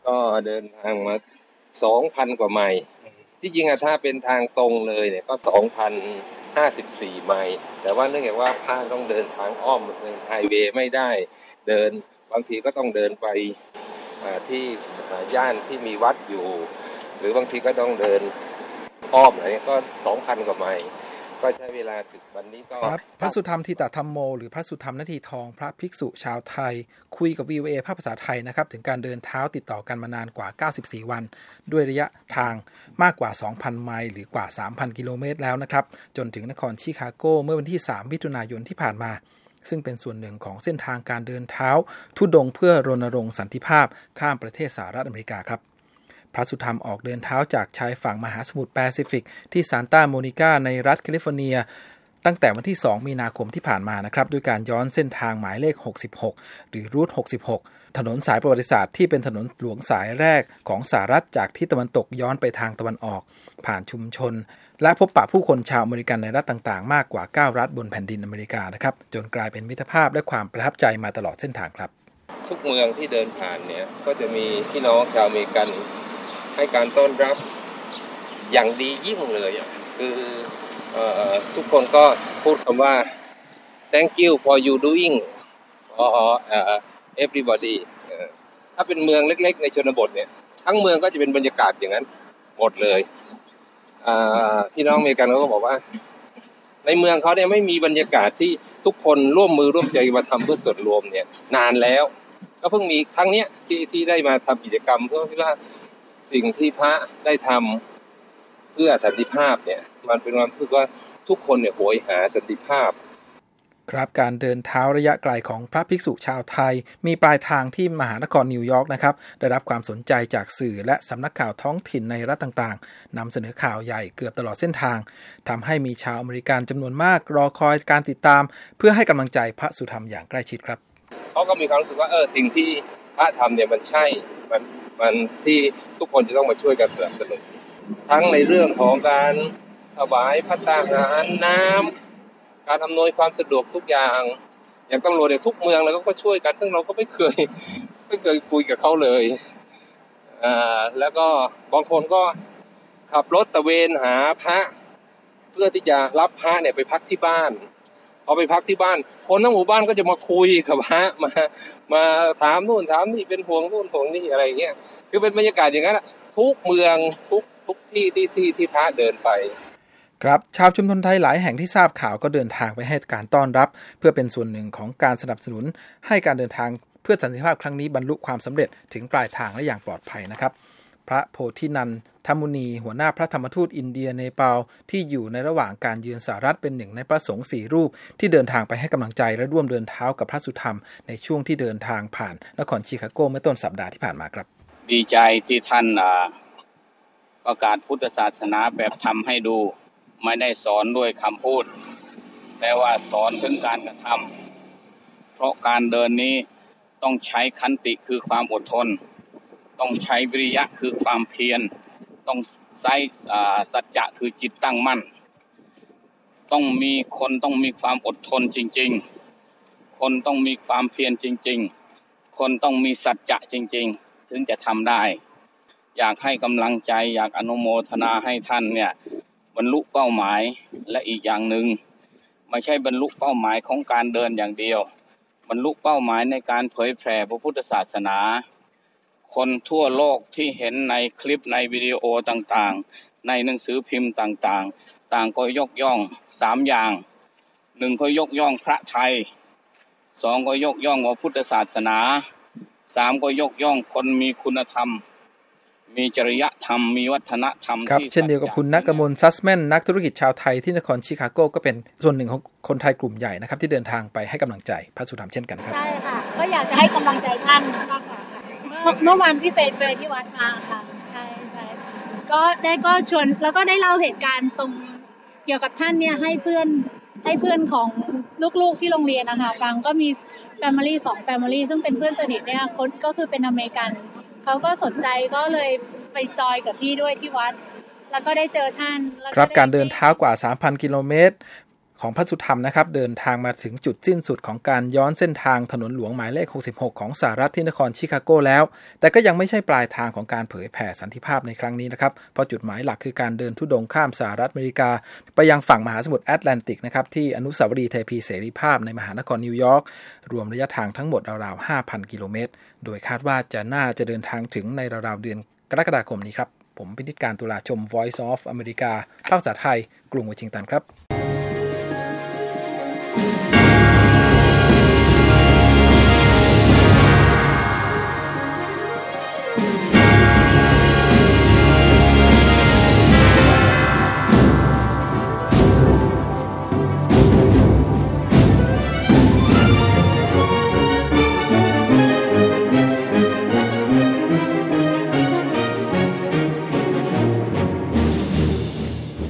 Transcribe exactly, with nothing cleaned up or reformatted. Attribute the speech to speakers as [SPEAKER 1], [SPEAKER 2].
[SPEAKER 1] ก็เดินทางมา สองพัน กว่าไมล์ที่จริงอะถ้าเป็นทางตรงเลยเนี่ยก็ สองพันห้าสิบสี่ ไมล์แต่ว่าเนื่องจากว่าพระต้องเดินทางอ้อมเดินไฮเวย์ไม่ได้เดินบางทีก็ต้องเดินไปที่ย่านที่มีวัดอยู่หรือบางทีก็ต้องเดินอ้อมอะไรก็ สองพัน กว่าไมล์ก็ใช้เวลาถึงวันนี้ก็
[SPEAKER 2] ครับพระสุธรรมธิตธรรมโมหรือพระสุธรรมนาทีทองพระภิกษุชาวไทยคุยกับ วี โอ เอ ภาคภาษาไทยนะครับถึงการเดินเท้าติดต่อกันมานานกว่าเก้าสิบสี่วันด้วยระยะทางมากกว่า สองพัน ไมล์หรือกว่า สามพัน กิโลเมตรแล้วนะครับจนถึงนครชิคาโกเมื่อวันที่สามมิถุนายนที่ผ่านมาซึ่งเป็นส่วนหนึ่งของเส้นทางการเดินเท้าธุดงค์เพื่อรณรงค์สันติภาพข้ามประเทศสหรัฐอเมริกาครับพระสุธรรมออกเดินเท้าจากชายฝั่งมหาสมุทรแปซิฟิกที่ซานตาโมนิกาในรัฐแคลิฟอร์เนียตั้งแต่วันที่สองมีนาคมที่ผ่านมานะครับด้วยการย้อนเส้นทางหมายเลขหกสิบหกหรือรูทหกสิบหกถนนสายประวัติศาสตร์ที่เป็นถนนหลวงสายแรกของสหรัฐจากทิศตะวันตกย้อนไปทางตะวันออกผ่านชุมชนและพบปะผู้คนชาวอเมริกันในรัฐต่างๆมากกว่าเก้ารัฐบนแผ่นดินอเมริกานะครับจนกลายเป็นมิตรภาพและความประทับใจมาตลอดเส้นทางครับ
[SPEAKER 1] ทุกเมืองที่เดินผ่านเนี่ยก็จะมีพี่น้องชาวอเมริกันให้การต้อนรับอย่างดียิ่งเลยคือเอ่อทุกคนก็พูดคำว่า thank you for you doing for uh, everybody ถ้าเป็นเมืองเล็กๆในชนบทเนี่ยทั้งเมืองก็จะเป็นบรรยากาศอย่างนั้นหมดเลยพี่น้องอเมริกันเขาก็บอกว่าในเมืองเขาเนี่ยไม่มีบรรยากาศที่ทุกคนร่วมมือร่วมใจมาทำเพื่อส่วนรวมเนี่ยนานแล้วก็เพิ่งมีครั้งเนี้ยที่ที่ได้มาทำกิจกรรมเพื่อที่ว่าสิ่งที่พระได้ทำเพื่อสันติภาพเนี่ยมันเป็นความรู้สึกว่าทุกคนเนี่ยโหยหาสันติภาพ
[SPEAKER 2] ครับการเดินเท้าระยะไกลของพระภิกษุชาวไทยมีปลายทางที่มหานครนิวยอร์กนะครับได้รับความสนใจจากสื่อและสำนักข่าวท้องถิ่นในรัฐต่างๆนำเสนอข่าวใหญ่เกือบตลอดเส้นทางทำให้มีชาวอเมริกันจำนวนมากรอคอยการติดตามเพื่อให้กำลังใจพระสุธรรมอย่างใกล้ชิดครับ
[SPEAKER 1] เขาก็มีความรู้สึกว่าเออสิ่งที่พระทำเนี่ยมันใช่มันมันที่ทุกคนจะต้องมาช่วยกันสนับสนุนทั้งในเรื่องของการถวายภัตตาหารน้ำการอำนวยความสะดวกทุกอย่างอย่างตำรวจเนี่ยทุกเมืองแล้วก็ช่วยกันซึ่งเราก็ไม่เคยไม่เคยคุยกับเขาเลยอ่าแล้วก็บางคนก็ขับรถตะเวนหาพระเพื่อที่จะรับพระเนี่ยไปพักที่บ้านพอไปพักที่บ้านคนทั้งหมู่บ้านก็จะมาคุยกับพระมามาถามนู่นถามนี่เป็นห่วงนู่นห่วงนี่อะไรอย่างเงี้ยคือเป็นบรรยากาศอย่างนั้นทุกเมืองทุกทุกที่ที่ที่ที่พระเดินไป
[SPEAKER 2] ครับชาวชุมชนไทยหลายแห่งที่ทราบข่าวก็เดินทางไปให้การต้อนรับเพื่อเป็นส่วนหนึ่งของการสนับสนุนให้การเดินทางเพื่อสันติภาพครั้งนี้บรรลุความสำเร็จถึงปลายทางและอย่างปลอดภัยนะครับพระโพธินันท์ธมุนีหัวหน้าพระธรรมทูตอินเดียเนปาลที่อยู่ในระหว่างการเยือนสหรัฐเป็นหนึ่งในพระสงฆ์สี่รูปที่เดินทางไปให้กำลังใจและร่วมเดินเท้ากับพระสุธรรมในช่วงที่เดินทางผ่านนครชิคาโกเมื่อต้นสัปดาห์ที่ผ่านมาครับ
[SPEAKER 3] ดีใจที่ท่านประกาศพุทธศาสนาแบบทำให้ดูไม่ได้สอนด้วยคำพูดแต่ว่าสอนถึงการกระทำเพราะการเดินนี้ต้องใช้ขันติคือความอดทนต้องใช้วิริยะคือความเพียรต้องใช้สัจจะคือจิตตั้งมั่นต้องมีคนต้องมีความอดทนจริงๆคนต้องมีความเพียรจริงๆคนต้องมีสัจจะจริงๆถึงจะทำได้อยากให้กำลังใจอยากอนุโมทนาให้ท่านเนี่ยบรรลุเป้าหมายและอีกอย่างหนึ่งไม่ใช่บรรลุเป้าหมายของการเดินอย่างเดียวบรรลุเป้าหมายในการเผยแผ่พระพุทธศาสนาคนทั่วโลกที่เห็นในคลิปในวิดีโอต่างๆในหนังสือพิมพ์ต่างๆต่างก็ยกย่องสามอย่างหนึ่งก็ยกย่องพระไทยสองก็ยกย่องพระพุทธศาสนาสามก็ยกย่องคนมีคุณธรรมมีจริยธรรมมีวัฒนธรรม
[SPEAKER 2] ครับเช่นเดียวกับคุณณกมลซัสแมนนักธุรกิจชาวไทยที่นครชิคาโกก็เป็นส่วนหนึ่งของคนไทยกลุ่มใหญ่นะครับที่เดินทางไปให้กำลังใจพระสุธรรมเช่นกันครับ
[SPEAKER 4] ใช่ค่ะก็อยากจะให้กำลังใจท่านมากกว่าค่ะเมื่อวานพี่เฟย์ไปที่วัดมาค่ะใช่ใช่ก็ได้ก็ชวนแล้วก็ได้เล่าเหตุการณ์ตรงเกี่ยวกับท่านเนี่ยให้เพื่อนให้เพื่อนของลูกๆที่โรงเรียนนะคะฟังก็มีแฟมิลี่สองแฟมิลี่ซึ่งเป็นเพื่อนสนิทเนี่ยคนก็คือเป็นอเมริกันเขาก็สนใจก็เลยไปจอยกับพี่ด้วยที่วัดแล้วก็ได้เจอท่าน
[SPEAKER 2] ครับการเดินเท้ากว่า สามพัน กิโลเมตรขของพระสุธรรมนะครับเดินทางมาถึงจุดสิ้นสุดของการย้อนเส้นทางถนนหลวงหมายเลขหกสิบหกของสหรัฐที่นครชิคาโกแล้วแต่ก็ยังไม่ใช่ปลายทางของการเผยแผ่สันติภาพในครั้งนี้นะครับเพราะจุดหมายหลักคือการเดินธุดงค์ข้ามสหรัฐอเมริกาไปยังฝั่งมหาสมุทรแอตแลนติกนะครับที่อนุสาวรีย์เทพีเสรีภาพในมหานครนิวยอร์กรวมระยะทางทั้งหมดราวๆ ห้าพัน กิโลเมตรโดยคาดว่าจะน่าจะเดินทางถึงในราวๆเดือนกรกฎาคมนี้ครับผมพินิจการตุลาชม Voice of America ภาคภาษาไทยกรุงวอชิงตันครับ